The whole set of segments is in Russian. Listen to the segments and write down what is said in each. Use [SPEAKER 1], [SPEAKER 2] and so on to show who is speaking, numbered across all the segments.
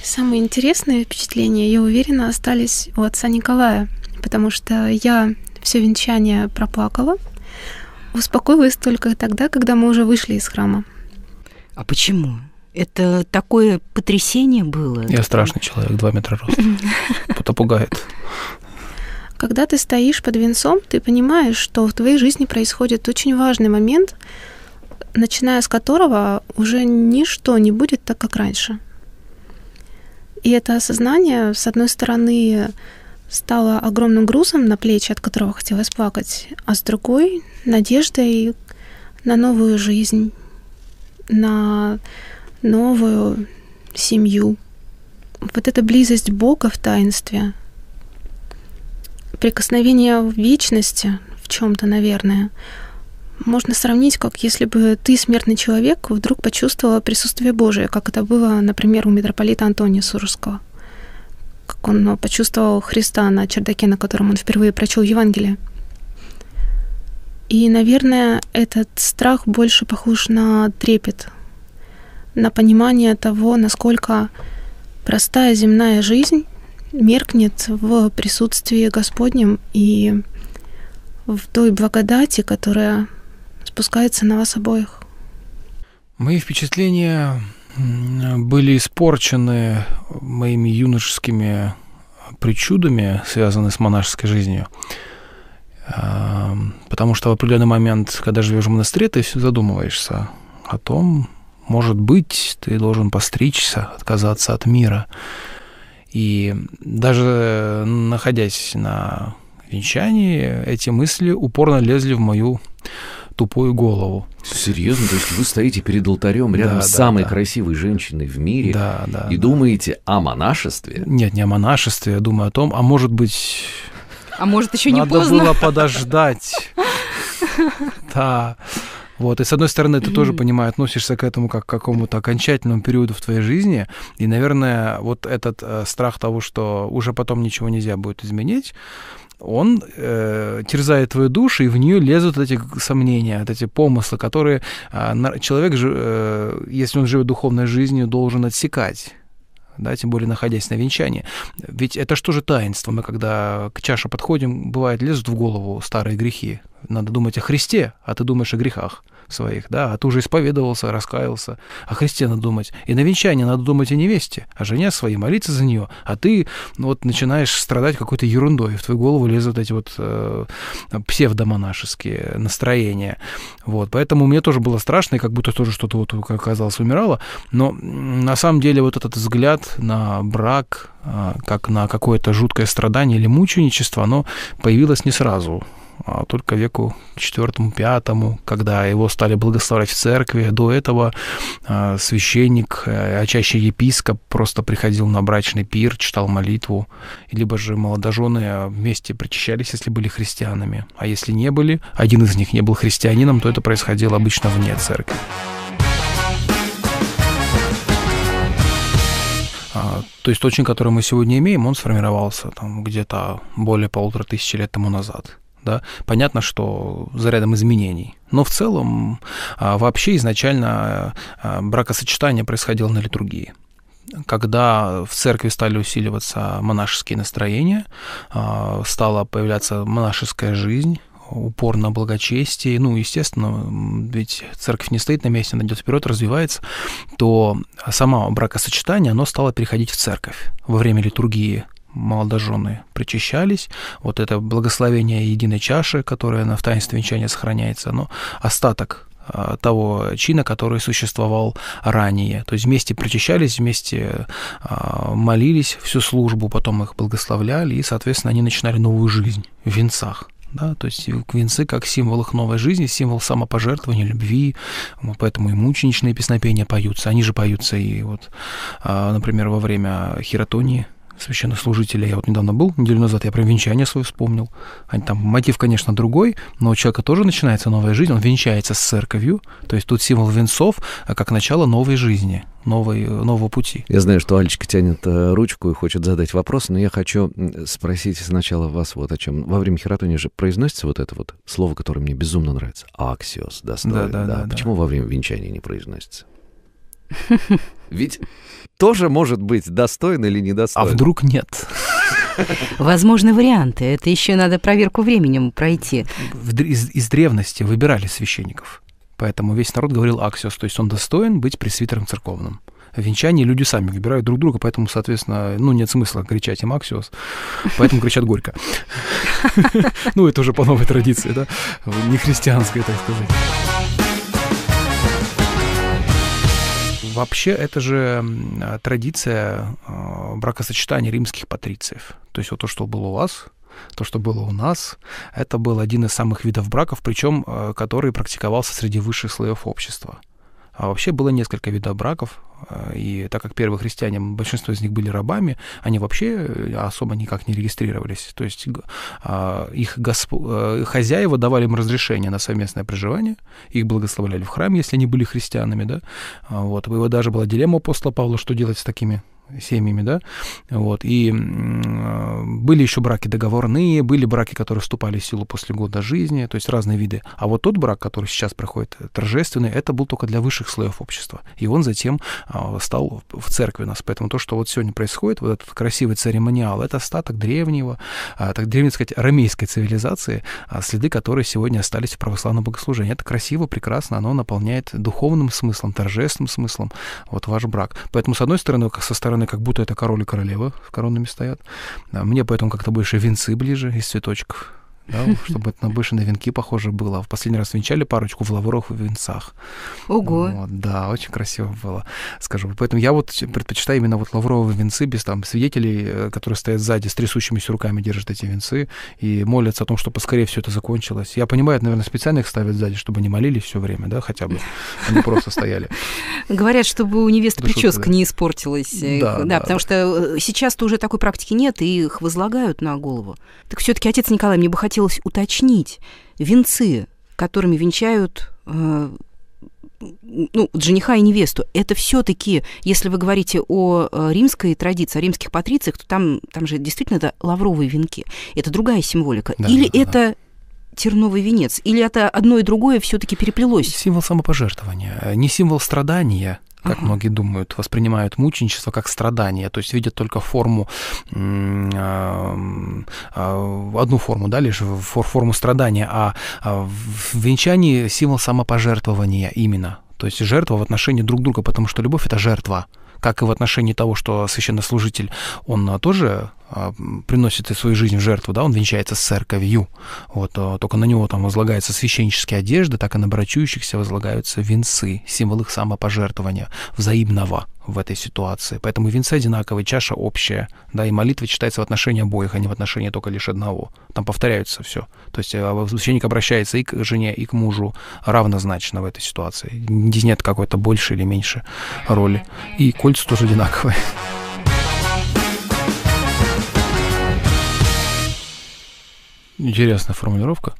[SPEAKER 1] Самые интересные впечатления, я уверена, остались у отца Николая, потому что я все венчание проплакала, успокоилась только тогда, когда мы уже вышли из храма.
[SPEAKER 2] А почему? Это такое потрясение было?
[SPEAKER 3] Я страшный человек, 2 метра роста. Это пугает.
[SPEAKER 1] Когда ты стоишь под венцом, ты понимаешь, что в твоей жизни происходит очень важный момент, начиная с которого уже ничто не будет так, как раньше. И это осознание, с одной стороны, стало огромным грузом на плечи, от которого хотелось плакать, а с другой — надеждой на новую жизнь, на новую семью. Вот эта близость Бога в таинстве, прикосновение в вечности в чем-то, наверное, можно сравнить, как если бы ты, смертный человек, вдруг почувствовала присутствие Божие, как это было, например, у митрополита Антония Суворского, как он почувствовал Христа на чердаке, на котором он впервые прочел Евангелие. И, наверное, этот страх больше похож на трепет, на понимание того, насколько простая земная жизнь меркнет в присутствии Господнем и в той благодати, которая спускается на вас обоих.
[SPEAKER 3] Мои впечатления были испорчены моими юношескими причудами, связанными с монашеской жизнью. Потому что в определенный момент, когда живешь в монастыре, ты все задумываешься о том, может быть, ты должен постричься, отказаться от мира. И даже находясь на венчании, эти мысли упорно лезли в мою тупую голову.
[SPEAKER 4] Серьезно? То есть вы стоите перед алтарем рядом с самой красивой женщиной в мире и думаете о монашестве?
[SPEAKER 3] Нет, не о монашестве, я думаю о том, а может быть...
[SPEAKER 2] А может, еще не
[SPEAKER 3] поздно?
[SPEAKER 2] Надо
[SPEAKER 3] было подождать. Да. Вот, и с одной стороны, ты тоже, понимаю, относишься к этому как к какому-то окончательному периоду в твоей жизни, и, наверное, вот этот страх того, что уже потом ничего нельзя будет изменить, он терзает твою душу, и в нее лезут эти сомнения, эти помыслы, которые человек, если он живет духовной жизнью, должен отсекать. Да, тем более находясь на венчании. Ведь это что же таинство? Мы, когда к чаше подходим, бывает, лезут в голову старые грехи. Надо думать о Христе, а ты думаешь о грехах своих, да, а ты уже исповедовался, раскаялся, о Христе надо думать. И на венчании надо думать о невесте, о жене своей, молиться за нее, а ты вот начинаешь страдать какой-то ерундой, в твою голову лезут эти вот псевдомонашеские настроения. Вот, поэтому мне тоже было страшно, и как будто тоже что-то вот, как оказалось, умирало, но на самом деле вот этот взгляд на брак, как на какое-то жуткое страдание или мученичество, оно появилось не сразу, а только веку IV-V, когда его стали благословлять в церкви. До этого священник, а чаще епископ, просто приходил на брачный пир, читал молитву, либо же молодожены вместе причащались, если были христианами. А если не были, один из них не был христианином, то это происходило обычно вне церкви. То есть тот чин, который мы сегодня имеем, он сформировался там, где-то более 1500 лет тому назад. Да? Понятно, что за рядом изменений. Но в целом вообще изначально бракосочетание происходило на литургии. Когда в церкви стали усиливаться монашеские настроения, стала появляться монашеская жизнь, упор на благочестие, ну, естественно, ведь церковь не стоит на месте, она идет вперед, развивается, то само бракосочетание, оно стало переходить в церковь во время литургии. Молодожены причащались, вот это благословение единой чаши, которое в таинстве венчания сохраняется, оно остаток того чина, который существовал ранее. То есть вместе причащались, вместе молились всю службу, потом их благословляли, и, соответственно, они начинали новую жизнь в венцах. Да, то есть венцы как символ их новой жизни, символ самопожертвования, любви, поэтому и мученичные песнопения поются. Они же поются и вот, например, во время хиротонии священнослужителя. Я вот недавно был, неделю назад, я про венчание свое вспомнил. Там мотив, конечно, другой, но у человека тоже начинается новая жизнь, он венчается с церковью, то есть тут символ венцов как начало новой жизни, нового пути.
[SPEAKER 4] Я знаю, что Алечка тянет ручку и хочет задать вопрос, но я хочу спросить сначала вас вот о чем. Во время хиротонии же произносится вот это вот слово, которое мне безумно нравится. Аксиос, да. Почему во время венчания не произносится? Ведь тоже может быть достойно или недостойно.
[SPEAKER 3] А вдруг нет?
[SPEAKER 2] Возможны варианты. Это еще надо проверку временем пройти.
[SPEAKER 3] Из древности выбирали священников. Поэтому весь народ говорил аксиос, то есть он достоин быть пресвитером церковным. В венчании люди сами выбирают друг друга, поэтому, соответственно, нет смысла кричать им аксиос, поэтому кричат горько. Это уже по новой традиции, да, не христианской, так сказать. Вообще, это же традиция бракосочетания римских патрициев. То есть вот то, что было у вас, то, что было у нас, это был один из самых видов браков, причем который практиковался среди высших слоев общества. А вообще было несколько видов браков, и так как первые христиане, большинство из них были рабами, они вообще особо никак не регистрировались. То есть их хозяева давали им разрешение на совместное проживание, их благословляли в храме, если они были христианами, да. И даже была дилемма апостола Павла, что делать с такими семьями, да, и были еще браки договорные, были браки, которые вступали в силу после года жизни, то есть разные виды. А вот тот брак, который сейчас проходит, торжественный, это был только для высших слоев общества. И он затем стал в церкви у нас. Поэтому то, что вот сегодня происходит, вот этот красивый церемониал, это остаток древней, так сказать, арамейской цивилизации, следы которой сегодня остались в православном богослужении. Это красиво, прекрасно, оно наполняет духовным смыслом, торжественным смыслом ваш брак. Поэтому, с одной стороны, со стороны как будто это король и королева с коронами стоят. Мне поэтому как-то больше венцы ближе из цветочков, да, чтобы это больше на венки похоже было. В последний раз венчали парочку в лавровых венцах.
[SPEAKER 2] Ого!
[SPEAKER 3] Да, очень красиво было, скажу. Поэтому я предпочитаю именно лавровые венцы без свидетелей, которые стоят сзади, с трясущимися руками держат эти венцы и молятся о том, чтобы поскорее все это закончилось. Я понимаю, наверное, специально их ставят сзади, чтобы не молились все время, да, хотя бы. Они просто стояли.
[SPEAKER 2] Говорят, чтобы у невесты прическа не испортилась.
[SPEAKER 3] Да,
[SPEAKER 2] потому что сейчас-то уже такой практики нет, и их возлагают на голову. Так все-таки, отец Николай, мне бы хотелось уточнить, венцы, которыми венчают жениха и невесту, это все-таки, если вы говорите о римской традиции, о римских патрициях, то там же действительно это лавровые венки. Это другая символика. Да, или это терновый венец, или это одно и другое все-таки переплелось?
[SPEAKER 3] Символ самопожертвования, не символ страдания, как многие думают, воспринимают мученичество как страдание, то есть видят только форму, одну форму, да, лишь форму страдания, а в венчании символ самопожертвования именно, то есть жертва в отношении друг друга, потому что любовь — это жертва, как и в отношении того, что священнослужитель, он тоже приносит свою жизнь в жертву, да, он венчается с церковью, только на него там возлагаются священнические одежды, так и на брачующихся возлагаются венцы, символ их самопожертвования, взаимного в этой ситуации. Поэтому венцы одинаковые, чаша общая, да, и молитва читается в отношении обоих, а не в отношении только лишь одного. Там повторяются все. То есть священник обращается и к жене, и к мужу равнозначно в этой ситуации. Здесь нет какой-то больше или меньше роли. И кольца тоже одинаковые. Интересная формулировка.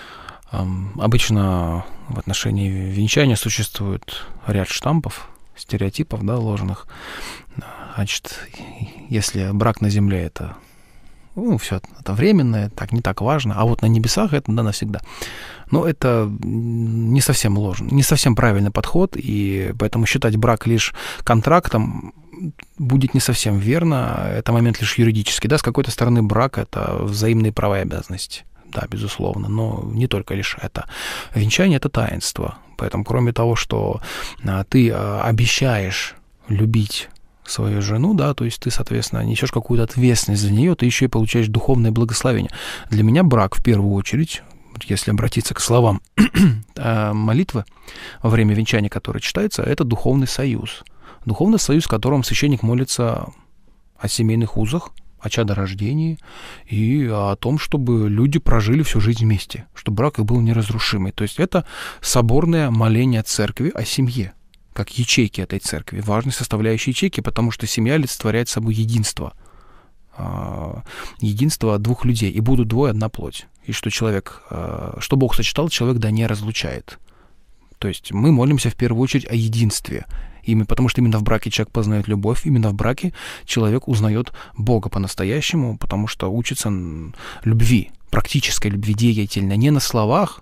[SPEAKER 3] Обычно в отношении венчания существует ряд штампов, стереотипов, да, ложных. Значит, если брак на земле — это все это временное, так не так важно, а вот на небесах это навсегда. Но это не совсем ложно, не совсем правильный подход, и поэтому считать брак лишь контрактом будет не совсем верно. Это момент лишь юридический. Да, с какой-то стороны брак — это взаимные права и обязанности. Да, безусловно, но не только лишь это. Венчание — это таинство. Поэтому, кроме того, что ты обещаешь любить свою жену, да, то есть ты, соответственно, несешь какую-то ответственность за нее, ты еще и получаешь духовное благословение. Для меня брак, в первую очередь, если обратиться к словам молитвы во время венчания, которые читаются, это духовный союз. Духовный союз, в котором священник молится о семейных узах, о чадорождении и о том, чтобы люди прожили всю жизнь вместе, чтобы брак их был неразрушимый. То есть это соборное моление церкви о семье, как ячейки этой церкви, важной составляющей ячейки, потому что семья олицетворяет собой единство. Единство двух людей, и будут двое одна плоть. И что человек, что Бог сочетал, человек да не разлучает. То есть мы молимся в первую очередь о единстве. Потому что именно в браке человек познает любовь, именно в браке человек узнает Бога по-настоящему, потому что учится любви, практической любви, деятельной, не на словах,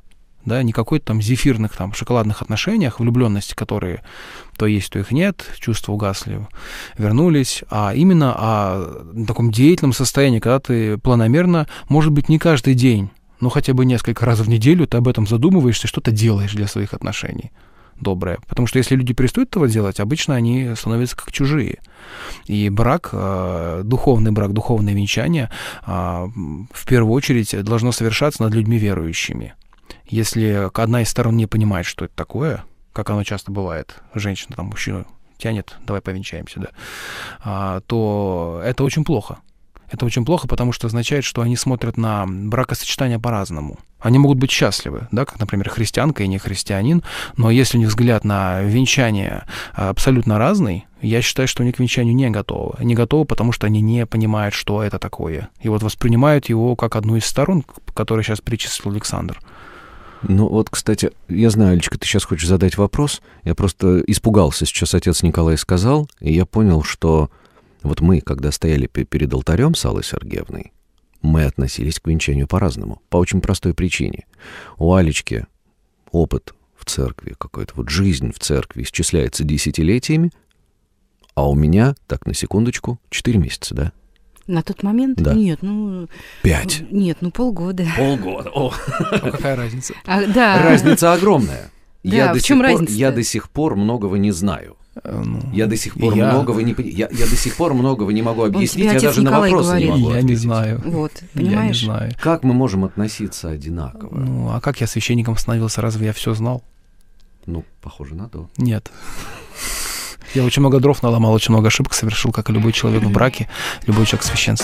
[SPEAKER 3] да, не какой-то там зефирных, там, шоколадных отношениях, влюбленности, которые то есть, то их нет, чувства угасли, вернулись, а именно о таком деятельном состоянии, когда ты планомерно, может быть, не каждый день, но хотя бы несколько раз в неделю ты об этом задумываешься, что-то делаешь для своих отношений доброе. Потому что если люди перестают этого делать, обычно они становятся как чужие. И брак, духовный брак, духовное венчание в первую очередь должно совершаться над людьми верующими. Если одна из сторон не понимает, что это такое, как оно часто бывает, женщина там мужчину тянет, давай повенчаемся, да, то это очень плохо. Это очень плохо, потому что означает, что они смотрят на бракосочетание по-разному. Они могут быть счастливы, да, как, например, христианка и не христианин, но если у них взгляд на венчание абсолютно разный, я считаю, что они к венчанию не готовы. Не готовы, потому что они не понимают, что это такое. И вот воспринимают его как одну из сторон, которую сейчас перечислил Александр.
[SPEAKER 4] Ну вот, кстати, я знаю, Алечка, ты сейчас хочешь задать вопрос. Я просто испугался, сейчас отец Николай сказал, и я понял, что вот мы, когда стояли перед алтарем с Аллой Сергеевной, мы относились к венчанию по-разному, по очень простой причине. У Алечки опыт в церкви, какой-то вот жизнь в церкви исчисляется десятилетиями, а у меня, так, на секундочку, 4 месяца, да?
[SPEAKER 2] На тот момент?
[SPEAKER 4] Да.
[SPEAKER 2] Нет,
[SPEAKER 4] 5.
[SPEAKER 2] Нет, полгода.
[SPEAKER 4] Полгода, о.
[SPEAKER 3] Какая разница?
[SPEAKER 2] Да.
[SPEAKER 4] Разница огромная.
[SPEAKER 2] Да, в чем разница?
[SPEAKER 4] Я до сих пор многого не знаю. Я до сих пор многого не я до сих пор многого не могу объяснить, я даже на вопросы не могу ответить.
[SPEAKER 3] Я не знаю.
[SPEAKER 2] Вот, понимаешь?
[SPEAKER 3] Я не знаю.
[SPEAKER 4] Как мы можем относиться одинаково?
[SPEAKER 3] Ну, а как я священником становился, разве я все знал?
[SPEAKER 4] Ну, похоже на то.
[SPEAKER 3] Нет. Я очень много дров наломал, очень много ошибок совершил, как и любой человек в браке, любой человек в священстве.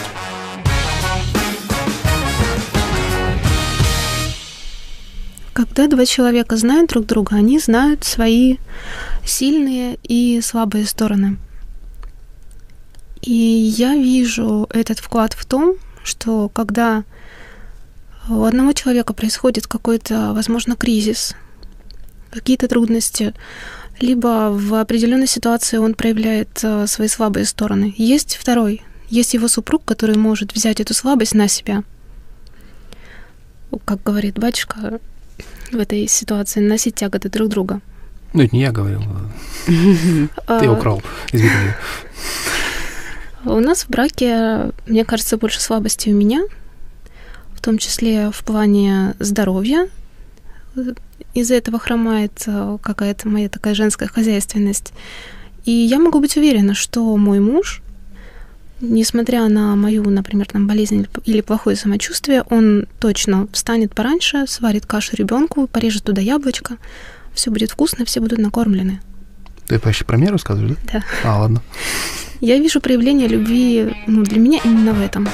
[SPEAKER 1] Когда два человека знают друг друга, они знают свои сильные и слабые стороны. И я вижу этот вклад в том, что когда у одного человека происходит какой-то, возможно, кризис, какие-то трудности, либо в определенной ситуации он проявляет свои слабые стороны. Есть второй, есть его супруг, который может взять эту слабость на себя. Как говорит батюшка, в этой ситуации носить тяготы друг друга.
[SPEAKER 3] Ну, это не я говорил. Ты украл. Извини.
[SPEAKER 1] У нас в браке, мне кажется, больше слабостей у меня, в том числе в плане здоровья. Из-за этого хромает какая-то моя такая женская хозяйственность. И я могу быть уверена, что мой муж, несмотря на мою, например, там, болезнь или плохое самочувствие, он точно встанет пораньше, сварит кашу ребенку, порежет туда яблочко, все будет вкусно, все будут накормлены.
[SPEAKER 3] Ты почти про меня рассказываешь, да?
[SPEAKER 1] Да.
[SPEAKER 3] Ладно.
[SPEAKER 1] Я вижу проявление любви, для меня именно в этом.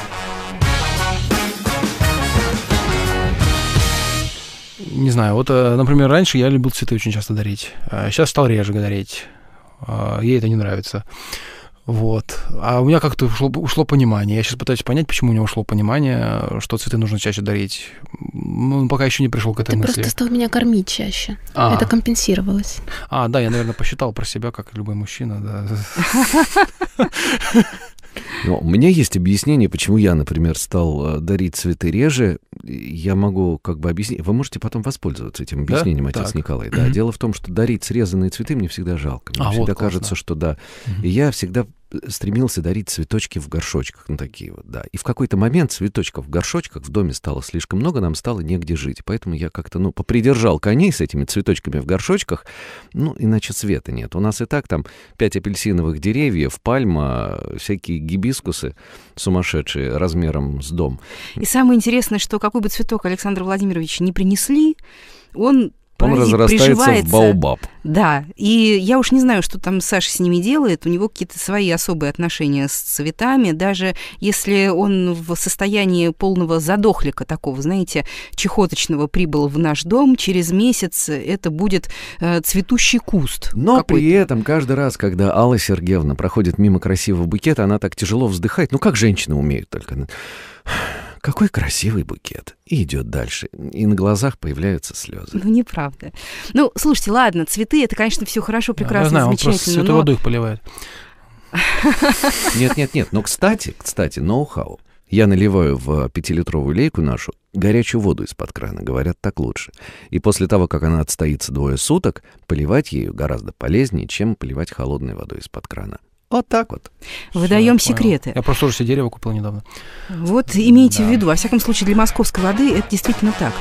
[SPEAKER 3] Не знаю, вот, например, раньше я любил цветы очень часто дарить. Сейчас стал реже дарить. Ей это не нравится. Вот. А у меня как-то ушло понимание. Я сейчас пытаюсь понять, почему у него ушло понимание, что цветы нужно чаще дарить. Ну, пока еще не пришел к этой мысли.
[SPEAKER 1] Ты просто стал меня кормить чаще. Это компенсировалось.
[SPEAKER 3] Да, я, наверное, посчитал про себя, как и любой мужчина. Да.
[SPEAKER 4] Но у меня есть объяснение, почему я, например, стал дарить цветы реже. Я могу как бы объяснить. Вы можете потом воспользоваться этим объяснением, да? Отец Николай. Да. Дело в том, что дарить срезанные цветы мне всегда жалко. Мне всегда кажется, что да. И я всегда стремился дарить цветочки в горшочках, такие вот, да. И в какой-то момент цветочков в горшочках в доме стало слишком много, нам стало негде жить. Поэтому я как-то, попридержал коней с этими цветочками в горшочках, иначе света нет. У нас и так там 5 апельсиновых деревьев, пальма, всякие гибискусы сумасшедшие размером с дом.
[SPEAKER 2] И самое интересное, что какой бы цветок Александр Владимирович не принесли, он
[SPEAKER 4] разрастается в баобаб.
[SPEAKER 2] Да, и я уж не знаю, что там Саша с ними делает, у него какие-то свои особые отношения с цветами, даже если он в состоянии полного задохлика такого, знаете, чехоточного прибыл в наш дом, через месяц это будет цветущий куст.
[SPEAKER 4] Но
[SPEAKER 2] какой-то.
[SPEAKER 4] При этом каждый раз, когда Алла Сергеевна проходит мимо красивого букета, она так тяжело вздыхает, как женщины умеют только... Какой красивый букет. И идет дальше. И на глазах появляются слезы.
[SPEAKER 2] Неправда. Слушайте, ладно, цветы, это, конечно, все хорошо, прекрасно,
[SPEAKER 3] я знаю,
[SPEAKER 2] замечательно.
[SPEAKER 3] Он просто святой водой их поливает.
[SPEAKER 4] Нет. Но, кстати, ноу-хау. Я наливаю в 5-литровую лейку нашу горячую воду из-под крана, говорят, так лучше. И после того, как она отстоится 2 суток, поливать ею гораздо полезнее, чем поливать холодной водой из-под крана. Вот так вот.
[SPEAKER 2] Выдаем секреты.
[SPEAKER 3] Я просто уже себе дерево купил недавно.
[SPEAKER 2] Вот имейте в виду, во всяком случае, для московской воды это действительно так.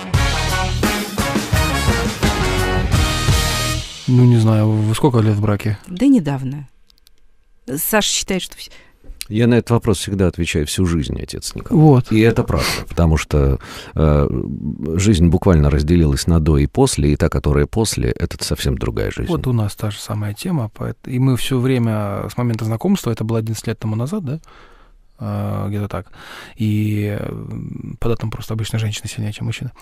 [SPEAKER 3] Ну, не знаю, вы сколько лет в браке?
[SPEAKER 2] Да недавно. Саша считает, что...
[SPEAKER 4] Я на этот вопрос всегда отвечаю: всю жизнь, отец Николай.
[SPEAKER 3] Вот.
[SPEAKER 4] И это правда, потому что жизнь буквально разделилась на до и после, и та, которая после, это совсем другая жизнь.
[SPEAKER 3] Вот у нас та же самая тема, и мы все время с момента знакомства, это было 11 лет тому назад, да? Где-то так. И под этим просто обычно женщина сильнее, чем мужчина.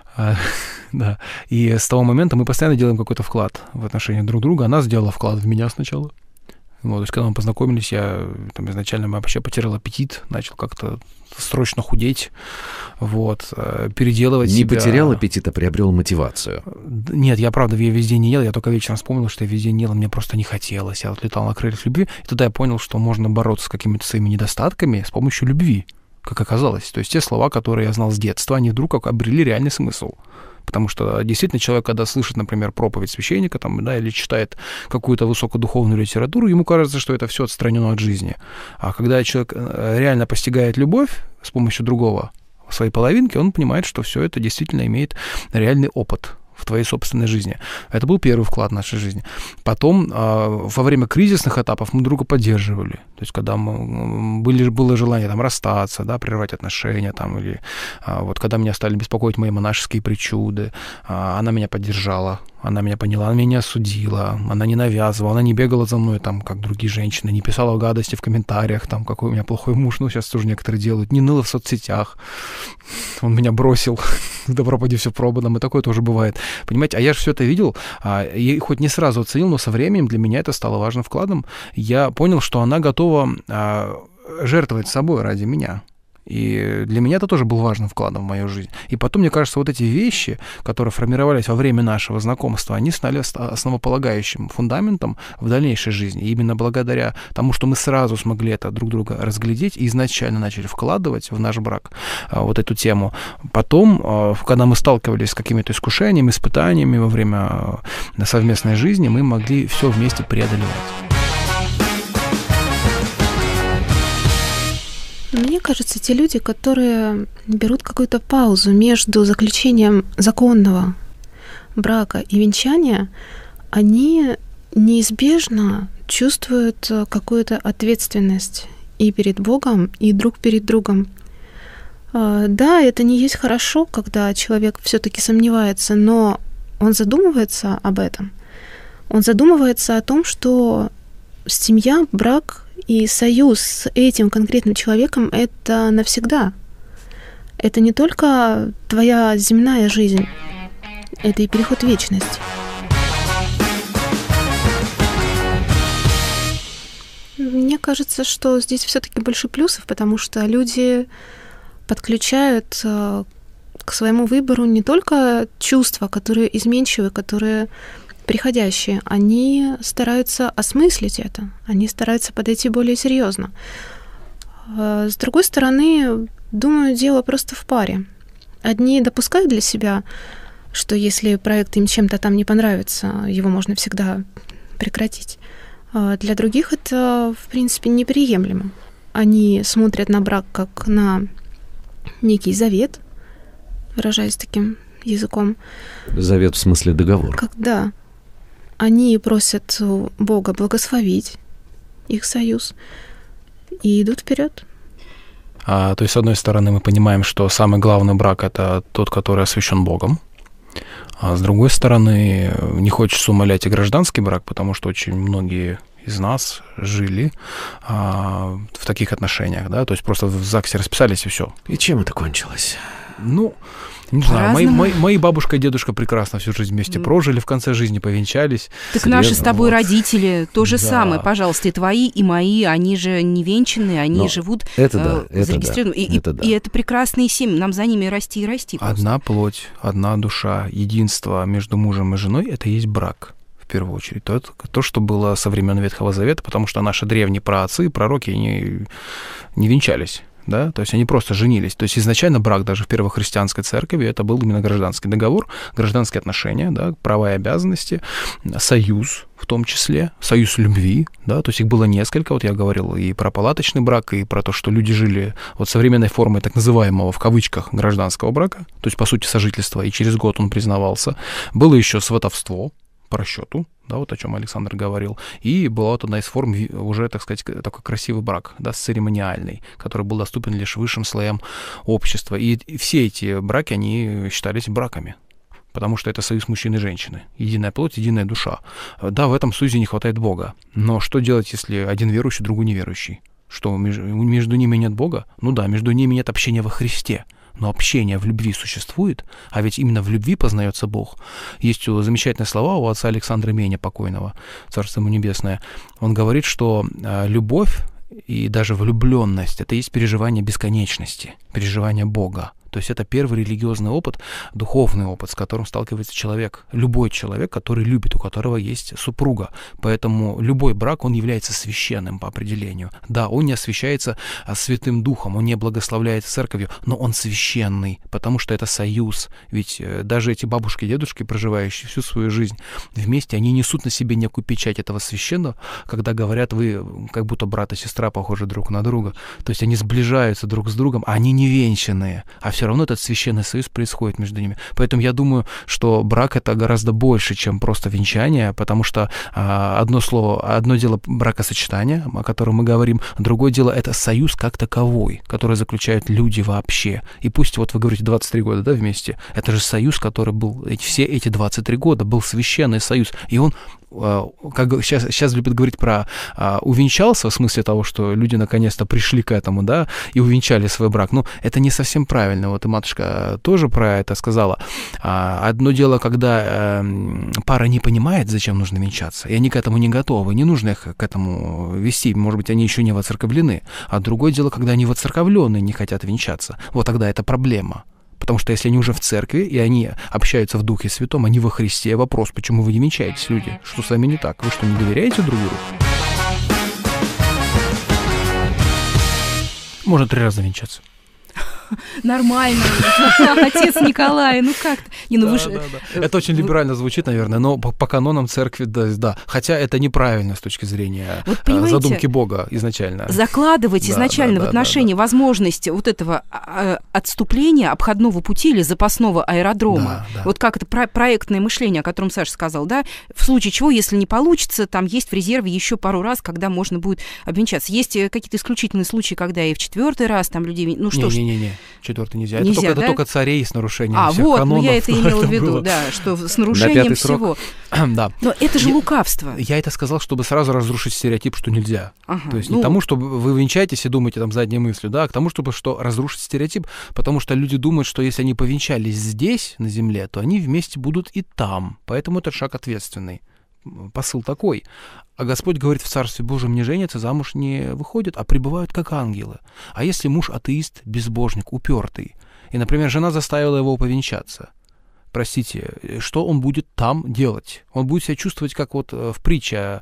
[SPEAKER 3] Да. И с того момента мы постоянно делаем какой-то вклад в отношения друг друга. Она сделала вклад в меня сначала. Вот, то есть, когда мы познакомились, я там изначально вообще потерял аппетит, начал как-то срочно худеть, вот, переделывать себя.
[SPEAKER 4] Не потерял аппетит, а приобрел мотивацию.
[SPEAKER 3] Нет, я, правда, я везде не ел, я только вечером вспомнил, что я везде не ел, мне просто не хотелось. Я вот летал на крыльях любви, и тогда я понял, что можно бороться с какими-то своими недостатками с помощью любви, как оказалось. То есть те слова, которые я знал с детства, они вдруг обрели реальный смысл. Потому что действительно человек, когда слышит, например, проповедь священника там, да, или читает какую-то высокодуховную литературу, ему кажется, что это все отстранено от жизни. А когда человек реально постигает любовь с помощью другого, своей половинки, он понимает, что все это действительно имеет реальный опыт в твоей собственной жизни. Это был первый вклад в нашу жизнь. Потом, во время кризисных этапов мы друга поддерживали. То есть, когда было желание там расстаться, да, прервать отношения, там, или вот когда меня стали беспокоить мои монашеские причуды, она меня поддержала, она меня поняла, она меня не осудила, она не навязывала, она не бегала за мной, там, как другие женщины, не писала гадости в комментариях, там, какой у меня плохой муж, ну, сейчас тоже некоторые делают, не ныла в соцсетях, он меня бросил, да пропади все прободом, и такое тоже бывает. Понимаете, а я же все это видел, и хоть не сразу оценил, но со временем для меня это стало важным вкладом. Я понял, что она готова жертвовать собой ради меня. И для меня это тоже был важным вкладом в мою жизнь. И потом, мне кажется, вот эти вещи, которые формировались во время нашего знакомства, они стали основополагающим фундаментом в дальнейшей жизни. И именно благодаря тому, что мы сразу смогли это друг друга разглядеть и изначально начали вкладывать в наш брак вот эту тему. Потом, когда мы сталкивались с какими-то искушениями, испытаниями во время совместной жизни, мы могли все вместе преодолевать.
[SPEAKER 1] Мне кажется, те люди, которые берут какую-то паузу между заключением законного брака и венчания, они неизбежно чувствуют какую-то ответственность и перед Богом, и друг перед другом. Да, это не есть хорошо, когда человек все-таки сомневается, но он задумывается об этом. Он задумывается о том, что семья, брак и союз с этим конкретным человеком — это навсегда. Это не только твоя земная жизнь, это и переход в вечность. Мне кажется, что здесь все-таки больше плюсов, потому что люди подключают к своему выбору не только чувства, которые изменчивы, которые приходящие, они стараются осмыслить это, они стараются подойти более серьезно. С другой стороны, думаю, дело просто в паре. Одни допускают для себя, что если проект им чем-то там не понравится, его можно всегда прекратить. Для других это, в принципе, неприемлемо. Они смотрят на брак как на некий завет, выражаясь таким языком.
[SPEAKER 4] Завет в смысле договор.
[SPEAKER 1] Да. Они просят Бога благословить их союз и идут вперед.
[SPEAKER 3] То есть, с одной стороны, мы понимаем, что самый главный брак — это тот, который освящен Богом. А с другой стороны, не хочется умалять и гражданский брак, потому что очень многие из нас жили в таких отношениях, да, то есть просто в ЗАГСе расписались и все.
[SPEAKER 4] И чем это кончилось?
[SPEAKER 3] Ну, не знаю, мои бабушка и дедушка прекрасно всю жизнь вместе прожили, в конце жизни повенчались.
[SPEAKER 2] Так наши с тобой родители то же самое, пожалуйста, и твои, и мои, они же не венчанные, они живут зарегистрированно. И это прекрасные семьи, нам за ними расти и расти.
[SPEAKER 3] Одна плоть, одна душа, единство между мужем и женой — это и есть брак. В первую очередь, то, что было со времен Ветхого Завета, потому что наши древние праотцы и пророки не венчались. да, то есть они просто женились. То есть изначально брак даже в первохристианской церкви это был именно гражданский договор, гражданские отношения, да, права и обязанности, союз в том числе, союз любви, да, то есть их было несколько, вот я говорил и про палаточный брак, и про то, что люди жили вот современной формой так называемого, в кавычках, гражданского брака, то есть, по сути, сожительства, и через год он признавался. Было еще сватовство по расчету, да, вот о чем Александр говорил, и была вот одна из форм уже, так сказать, такой красивый брак, да, церемониальный, который был доступен лишь высшим слоям общества. И все эти браки, они считались браками, потому что это союз мужчины и женщины, единая плоть, единая душа. Да, в этом союзе не хватает Бога, но что делать, если один верующий, другой неверующий? Что, между ними нет Бога? Ну да, между ними нет общения во Христе. Но общение в любви существует, а ведь именно в любви познается Бог. Есть замечательные слова у отца Александра Меня покойного, царство ему небесное. Он говорит, что любовь и даже влюбленность — это есть переживание бесконечности, переживание Бога. То есть это первый религиозный опыт, духовный опыт, с которым сталкивается человек, любой человек, который любит, у которого есть супруга. Поэтому любой брак, он является священным по определению. Да, он не освящается Святым Духом, он не благословляется церковью, но он священный, потому что это союз. Ведь даже эти бабушки и дедушки, проживающие всю свою жизнь вместе, они несут на себе некую печать этого священного, когда говорят, вы как будто брат и сестра похожи друг на друга. То есть они сближаются друг с другом, а они не венчанные, а все равно этот священный союз происходит между ними. Поэтому я думаю, что брак — это гораздо больше, чем просто венчание, потому что одно дело бракосочетание, о котором мы говорим, другое дело — это союз как таковой, который заключают люди вообще. И пусть вот вы говорите 23 года, да, вместе, это же союз, который был все эти 23 года, был священный союз, и он, как сейчас любят говорить про увенчался, в смысле того, что люди наконец-то пришли к этому, да, и увенчали свой брак. Но это не совсем правильно. Вот и матушка тоже про это сказала. Одно дело, когда пара не понимает, зачем нужно венчаться, и они к этому не готовы, не нужно их к этому вести, может быть, они еще не воцерковлены. А другое дело, когда они воцерковленные, не хотят венчаться. Вот тогда это проблема. Потому что если они уже в церкви, и они общаются в Духе Святом, они во Христе, вопрос, почему вы не венчаетесь, люди? Что с вами не так? Вы что, не доверяете друг другу? Можно 3 раза венчаться.
[SPEAKER 2] Нормально. Отец Николай, ну как-то.
[SPEAKER 3] Это очень либерально звучит, наверное, но по канонам церкви, да. Хотя это неправильно с точки зрения задумки Бога изначально.
[SPEAKER 2] Закладывать изначально в отношении возможности вот этого отступления, обходного пути или запасного аэродрома. Вот как это проектное мышление, о котором Саша сказал, да, в случае чего, если не получится, там есть в резерве еще пару раз, когда можно будет обвенчаться. Есть какие-то исключительные случаи, когда и в 4-й раз там людей... Ну что ж...
[SPEAKER 3] Не-не-не. 4-й нельзя. Это только царей с нарушением всех
[SPEAKER 2] вот,
[SPEAKER 3] канонов.
[SPEAKER 2] Ну я это имела в виду, да, что с нарушением всего.
[SPEAKER 3] Да.
[SPEAKER 2] Но это же лукавство.
[SPEAKER 3] Я это сказал, чтобы сразу разрушить стереотип, что нельзя. То есть не тому, чтобы вы венчаетесь и думаете там задней мыслью, да, а к тому, чтобы разрушить стереотип, потому что люди думают, что если они повенчались здесь, на земле, то они вместе будут и там. Поэтому этот шаг ответственный. Посыл такой. А Господь говорит, в Царстве Божьем не женятся, замуж не выходят, а пребывают как ангелы. А если муж атеист, безбожник, упертый, и, например, жена заставила его повенчаться, простите, что он будет там делать? Он будет себя чувствовать, как вот в притче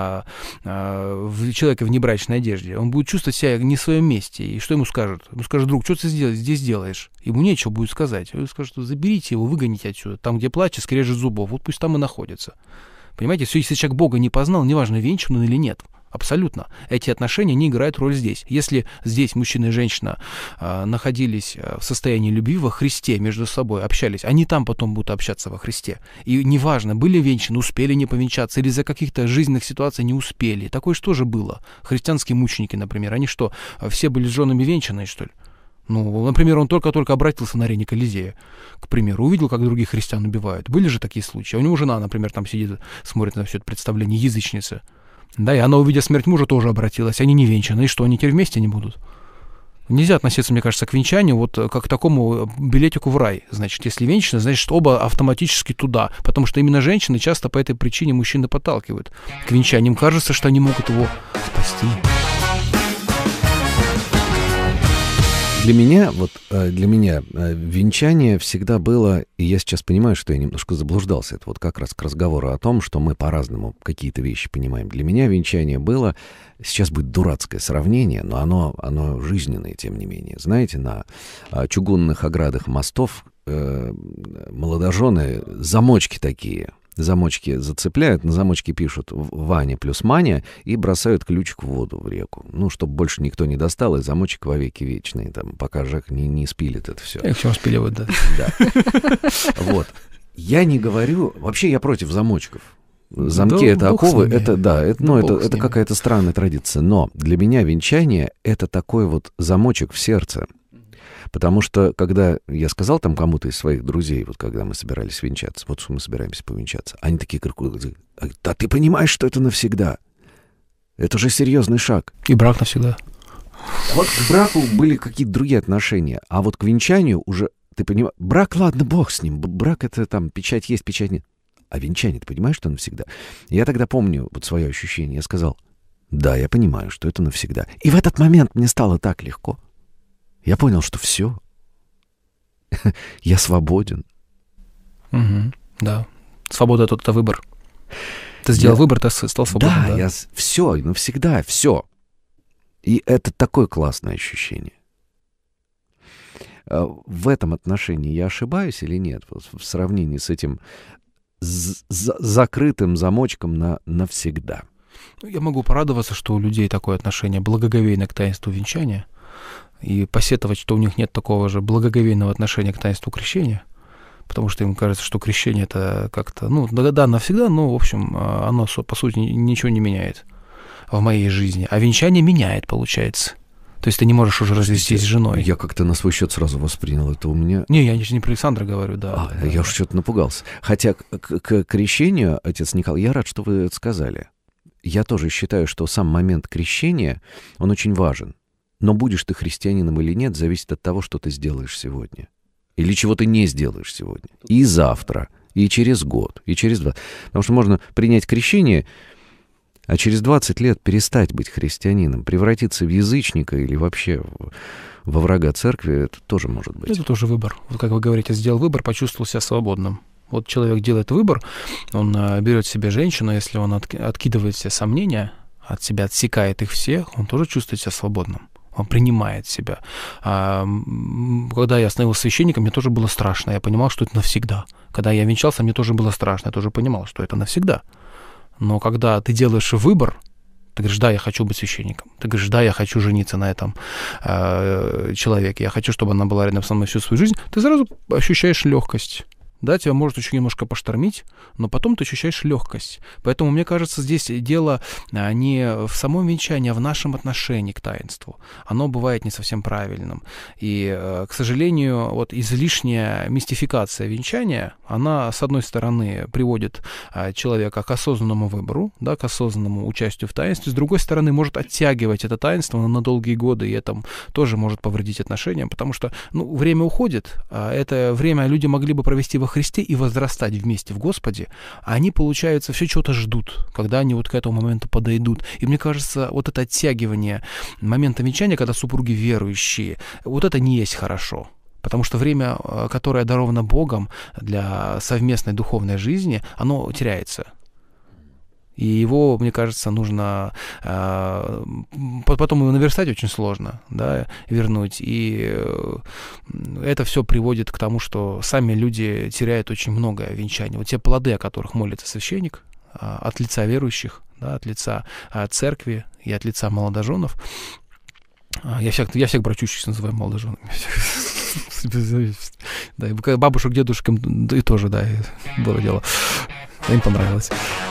[SPEAKER 3] в человеке в небрачной одежде. Он будет чувствовать себя не в своем месте. И что ему скажут? Ему скажут, друг, что ты здесь делаешь? Ему нечего будет сказать. Он скажет, заберите его, выгоните отсюда. Там, где плачет, скрежет зубов. Вот пусть там и находится. Понимаете, если человек Бога не познал, неважно, венчан он или нет. Абсолютно. Эти отношения не играют роль здесь. Если здесь мужчина и женщина находились в состоянии любви во Христе, между собой общались, они там потом будут общаться во Христе. И неважно, были венчаны, успели не повенчаться, или из-за каких-то жизненных ситуаций не успели. Такое что же было? Христианские мученики, например, они что, все были с женами венчанные, что ли? Ну, например, он только-только обратился на арене Колизея, к примеру, увидел, как других христиан убивают. Были же такие случаи. А у него жена, например, там сидит, смотрит на все это представление, язычница. Да, и она, увидя смерть мужа, тоже обратилась. Они не венчаны. И что, они теперь вместе не будут? Нельзя относиться, мне кажется, к венчанию вот как к такому билетику в рай. Значит, если венчаны, значит, оба автоматически туда. Потому что именно женщины часто по этой причине мужчины подталкивают к венчанию. Им кажется, что они могут его спасти.
[SPEAKER 4] для меня венчание всегда было, и я сейчас понимаю, что я немножко заблуждался, это вот как раз к разговору о том, что мы по-разному какие-то вещи понимаем. Для меня венчание было, сейчас будет дурацкое сравнение, но оно жизненное, тем не менее. Знаете, на чугунных оградах мостов молодожены замочки такие, замочки зацепляют, на замочке пишут «Ваня плюс Маня» и бросают ключик в воду, в реку. Ну, чтобы больше никто не достал, и замочек вовеки вечный, там, пока Жак не спилит это все.
[SPEAKER 3] Их все спиливают, да.
[SPEAKER 4] Да. Вот. Я не говорю... Вообще я против замочков. Замки — это оковы, это какая-то странная традиция. Но для меня венчание — это такой вот замочек в сердце. Потому что, когда я сказал там кому-то из своих друзей, вот когда мы собирались венчаться, вот мы собираемся повенчаться, они такие говорят: да ты понимаешь, что это навсегда? Это же серьезный шаг.
[SPEAKER 3] И брак навсегда.
[SPEAKER 4] Вот к браку были какие-то другие отношения, а вот к венчанию уже, ты понимаешь, брак, ладно, бог с ним, брак — это там печать есть, печать нет. А венчание, ты понимаешь, что навсегда? Я тогда помню вот свое ощущение, я сказал: да, я понимаю, что это навсегда. И в этот момент мне стало так легко. Я понял, что все. Я свободен.
[SPEAKER 3] Да. Свобода — это выбор. Ты сделал выбор, ты стал свободным.
[SPEAKER 4] Да, я все, навсегда, все. И это такое классное ощущение. В этом отношении я ошибаюсь или нет? В сравнении с этим закрытым замочком навсегда.
[SPEAKER 3] Я могу порадоваться, что у людей такое отношение благоговейное к таинству венчания, и посетовать, что у них нет такого же благоговейного отношения к таинству крещения, потому что им кажется, что крещение — это как-то, да, навсегда, но, в общем, оно, по сути, ничего не меняет в моей жизни. А венчание меняет, получается. То есть ты не можешь уже развестись с женой.
[SPEAKER 4] Я как-то на свой счет сразу воспринял это у меня.
[SPEAKER 3] Не, я не про Александра говорю, да.
[SPEAKER 4] Я уж что-то напугался. Хотя к крещению, отец Николай, я рад, что вы это сказали. Я тоже считаю, что сам момент крещения, он очень важен. Но будешь ты христианином или нет, зависит от того, что ты сделаешь сегодня. Или чего ты не сделаешь сегодня. И завтра, и через год, и через 2. Потому что можно принять крещение, а через 20 лет перестать быть христианином, превратиться в язычника или вообще во врага церкви, это тоже может быть.
[SPEAKER 3] Это тоже выбор. Вот как вы говорите, сделал выбор, почувствовал себя свободным. Вот человек делает выбор, он берет себе женщину, если он откидывает все сомнения, от себя отсекает их всех, он тоже чувствует себя свободным. Он принимает себя. Когда я становился священником, мне тоже было страшно. Я понимал, что это навсегда. Когда я венчался, мне тоже было страшно. Я тоже понимал, что это навсегда. Но когда ты делаешь выбор, ты говоришь: да, я хочу быть священником. Ты говоришь: да, я хочу жениться на этом человеке. Я хочу, чтобы она была рядом со мной всю свою жизнь. Ты сразу ощущаешь легкость. Да, тебя может еще немножко поштормить, но потом ты ощущаешь легкость. Поэтому, мне кажется, здесь дело не в самом венчании, а в нашем отношении к таинству. Оно бывает не совсем правильным. И, к сожалению, вот излишняя мистификация венчания, она, с одной стороны, приводит человека к осознанному выбору, да, к осознанному участию в таинстве, с другой стороны, может оттягивать это таинство на долгие годы, и это тоже может повредить отношениям, потому что время уходит, а это время люди могли бы провести во Христе и возрастать вместе в Господе, а они, получается, все чего-то ждут, когда они вот к этому моменту подойдут. И мне кажется, вот это оттягивание момента венчания, когда супруги верующие, вот это не есть хорошо. Потому что время, которое даровано Богом для совместной духовной жизни, оно теряется. И его, мне кажется, нужно потом его наверстать очень сложно, да, вернуть. И это все приводит к тому, что сами люди теряют очень многое в венчании. Вот те плоды, о которых молится священник от лица верующих, да, от лица церкви и от лица молодоженов. Я всех брачущихся называю молодоженами. Да, и бабушек, дедушкам и тоже, да, было дело. Им понравилось.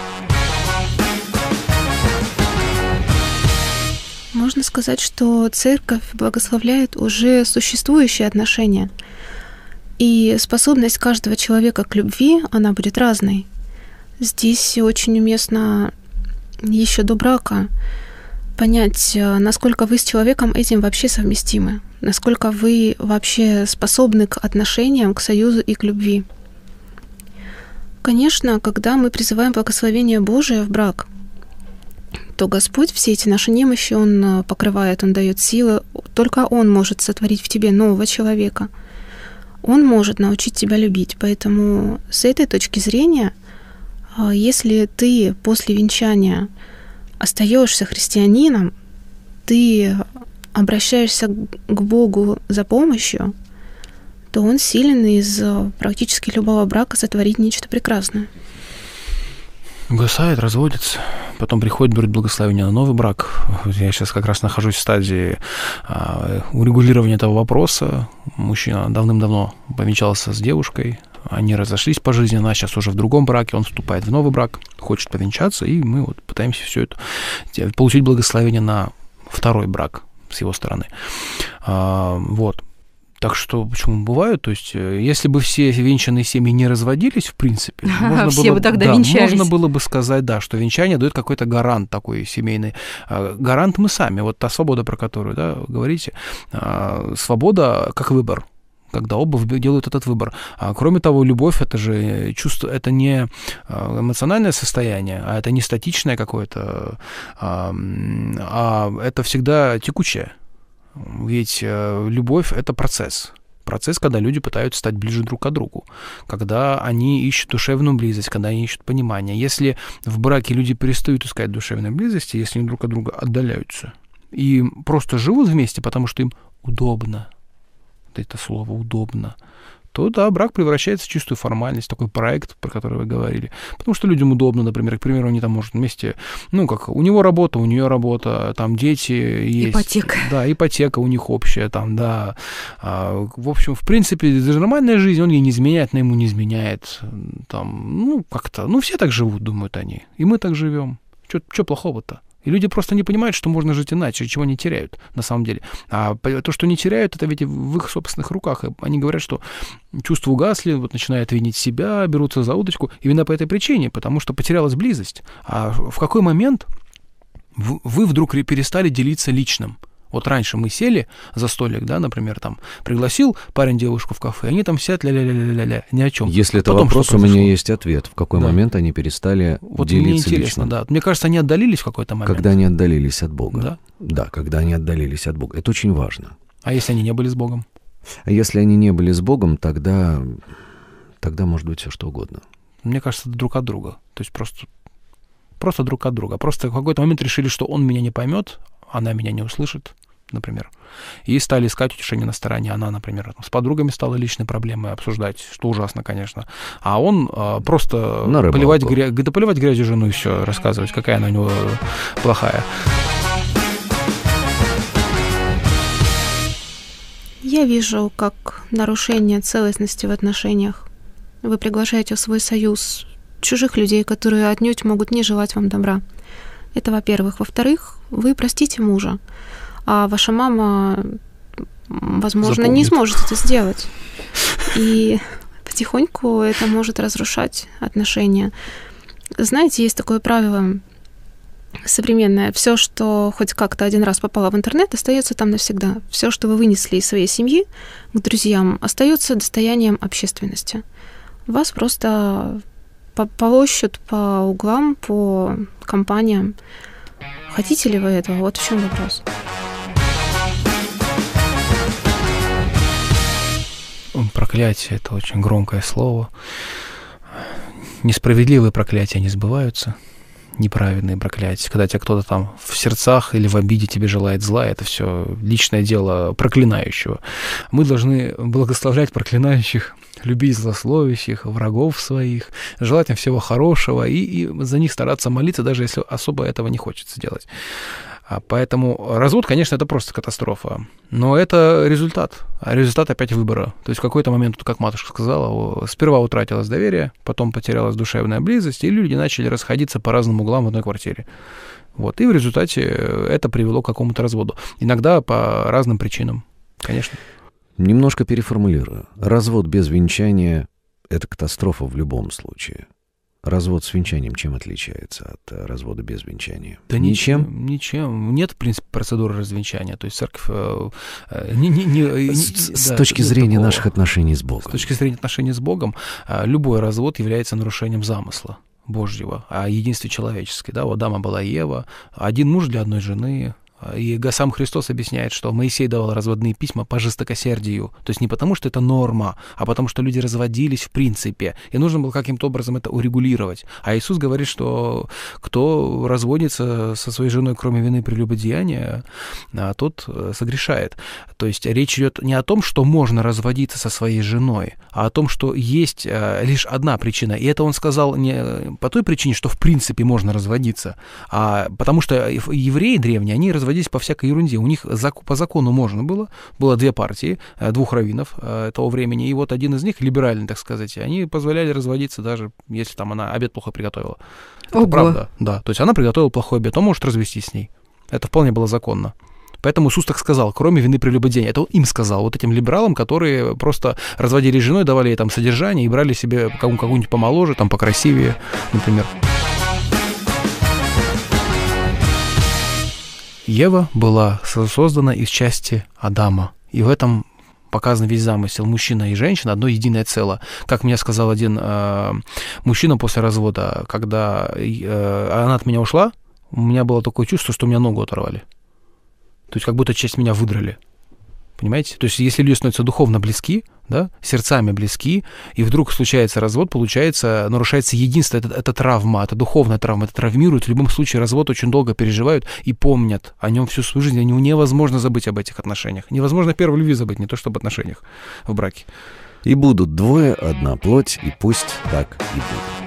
[SPEAKER 1] Можно сказать, что церковь благословляет уже существующие отношения. И способность каждого человека к любви, она будет разной. Здесь очень уместно еще до брака понять, насколько вы с человеком этим вообще совместимы, насколько вы вообще способны к отношениям, к союзу и к любви. Конечно, когда мы призываем благословение Божие в брак, то Господь все эти наши немощи, Он покрывает, Он дает силы, только Он может сотворить в тебе нового человека. Он может научить тебя любить. Поэтому с этой точки зрения, если ты после венчания остаешься христианином, ты обращаешься к Богу за помощью, то Он силен из практически любого брака сотворить нечто прекрасное.
[SPEAKER 3] Угасает, разводится, потом приходит, берет благословение на новый брак. Я сейчас как раз нахожусь в стадии урегулирования этого вопроса. Мужчина давным-давно повенчался с девушкой, они разошлись по жизни, она сейчас уже в другом браке, он вступает в новый брак, хочет повенчаться, и мы вот пытаемся все это получить благословение на второй брак с его стороны. Вот. Так что, почему бывают? То есть, если бы все венчанные семьи не разводились, в принципе, можно было бы сказать, да, что венчание дает какой-то гарант такой семейный. Гарант мы сами. Вот та свобода, про которую, да, говорите, свобода как выбор, когда оба делают этот выбор. Кроме того, любовь — это же чувство, это не эмоциональное состояние, а это не статичное какое-то, а это всегда текучее. Ведь любовь — это процесс. Процесс, когда люди пытаются стать ближе друг к другу, когда они ищут душевную близость, когда они ищут понимание. Если в браке люди перестают искать душевной близости, если они друг от друга отдаляются и просто живут вместе, потому что им удобно, вот это слово «удобно», то да, брак превращается в чистую формальность, такой проект, про который вы говорили. Потому что людям удобно, например, к примеру, они там, может, вместе, ну, как у него работа, у нее работа, там дети есть.
[SPEAKER 2] Ипотека.
[SPEAKER 3] Да, ипотека у них общая, там, да. В общем, в принципе, даже нормальная жизнь, он ей не изменяет, она ему не изменяет. Там, ну, как-то, ну, все так живут, думают они. И мы так живем. Что плохого-то? И люди просто не понимают, что можно жить иначе, чего они теряют на самом деле. А то, что не теряют, это ведь в их собственных руках. И они говорят, что чувства угасли, вот начинают винить себя, берутся за удочку. Именно по этой причине, потому что потерялась близость. А в какой момент вы вдруг перестали делиться личным? Вот раньше мы сели за столик, да, например, там, пригласил парень девушку в кафе, они там сидят ля-ля-ля-ля-ля, ни о чем.
[SPEAKER 4] Если это потом, вопрос, у меня есть ответ. В какой момент они перестали
[SPEAKER 3] вот
[SPEAKER 4] делиться
[SPEAKER 3] мне интересно,
[SPEAKER 4] личным?
[SPEAKER 3] Да. Мне кажется, они отдалились в какой-то момент.
[SPEAKER 4] Когда они отдалились от Бога.
[SPEAKER 3] Да?
[SPEAKER 4] Да, когда они отдалились от Бога. Это очень важно.
[SPEAKER 3] А если они не были с Богом?
[SPEAKER 4] А если они не были с Богом, тогда может быть все что угодно.
[SPEAKER 3] Мне кажется, друг от друга. То есть просто друг от друга. Просто в какой-то момент решили, что он меня не поймет, она меня не услышит, например. И стали искать утешение на стороне. Она, например, с подругами стала личной проблемой обсуждать, что ужасно, конечно. А он просто поливать грязью жену и все, рассказывать, какая она у него плохая.
[SPEAKER 1] Я вижу, как нарушение целостности в отношениях. Вы приглашаете в свой союз чужих людей, которые отнюдь могут не желать вам добра. Это во-первых. Во-вторых, вы простите мужа, а ваша мама, возможно, не сможет это сделать. И потихоньку это может разрушать отношения. Знаете, есть такое правило современное. Все, что хоть как-то один раз попало в интернет, остается там навсегда. Все, что вы вынесли из своей семьи к друзьям, остается достоянием общественности. Вас просто полощут по углам, по компаниям. Хотите ли вы этого? Вот в чем вопрос.
[SPEAKER 3] Проклятие — это очень громкое слово. Несправедливые проклятия не сбываются. Неправедные проклятия. Когда тебя кто-то там в сердцах или в обиде тебе желает зла, это все личное дело проклинающего. Мы должны благословлять проклинающих, любить злословящих, врагов своих, желать им всего хорошего и за них стараться молиться, даже если особо этого не хочется делать. Поэтому развод, конечно, это просто катастрофа, но это результат, а результат опять выбора. То есть в какой-то момент, как матушка сказала, сперва утратилось доверие, потом потерялась душевная близость, и люди начали расходиться по разным углам в одной квартире. Вот, и в результате это привело к какому-то разводу. Иногда по разным причинам, конечно.
[SPEAKER 4] Немножко переформулирую. Развод без венчания — это катастрофа в любом случае. Развод с венчанием чем отличается от развода без венчания?
[SPEAKER 3] Да ничем. Ничем. Нет, в принципе, процедуры развенчания. То есть церковь...
[SPEAKER 4] С точки зрения наших отношений с Богом.
[SPEAKER 3] С точки зрения отношений с Богом, любой развод является нарушением замысла Божьего о единстве человеческом. Да, у Адама была Ева, один муж для одной жены, И сам Христос объясняет, что Моисей давал разводные письма по жестокосердию. То есть не потому, что это норма, а потому, что люди разводились в принципе. И нужно было каким-то образом это урегулировать. А Иисус говорит, что кто разводится со своей женой, кроме вины прелюбодеяния, тот согрешает. То есть речь идет не о том, что можно разводиться со своей женой, а о том, что есть лишь одна причина. И это он сказал не по той причине, что в принципе можно разводиться, а потому что евреи древние, они разводились по всякой ерунде. У них по закону можно было 2 партии, 2 раввинов того времени, и вот один из них, либеральный, так сказать, они позволяли разводиться, даже если там она обед плохо приготовила. Это правда, да. То есть она приготовила плохой обед, он может развестись с ней. Это вполне было законно. Поэтому Иисус так сказал, кроме вины прелюбодеяния. Это он им сказал, вот этим либералам, которые просто разводились с женой, давали ей там содержание и брали себе какую-нибудь помоложе, там покрасивее, например. Ева была создана из части Адама, и в этом показан весь замысел. Мужчина и женщина — одно единое целое. Как мне сказал один мужчина после развода, когда она от меня ушла, у меня было такое чувство, что у меня ногу оторвали. То есть как будто часть меня выдрали. Понимаете? То есть если люди становятся духовно близки, да, сердцами близки, и вдруг случается развод, получается, нарушается единство, это травма, это духовная травма, это травмирует. В любом случае развод очень долго переживают и помнят о нем всю свою жизнь. Невозможно забыть об этих отношениях. Невозможно первой любви забыть, не то что об отношениях в браке.
[SPEAKER 4] И будут 2 одна плоть, и пусть так и будет.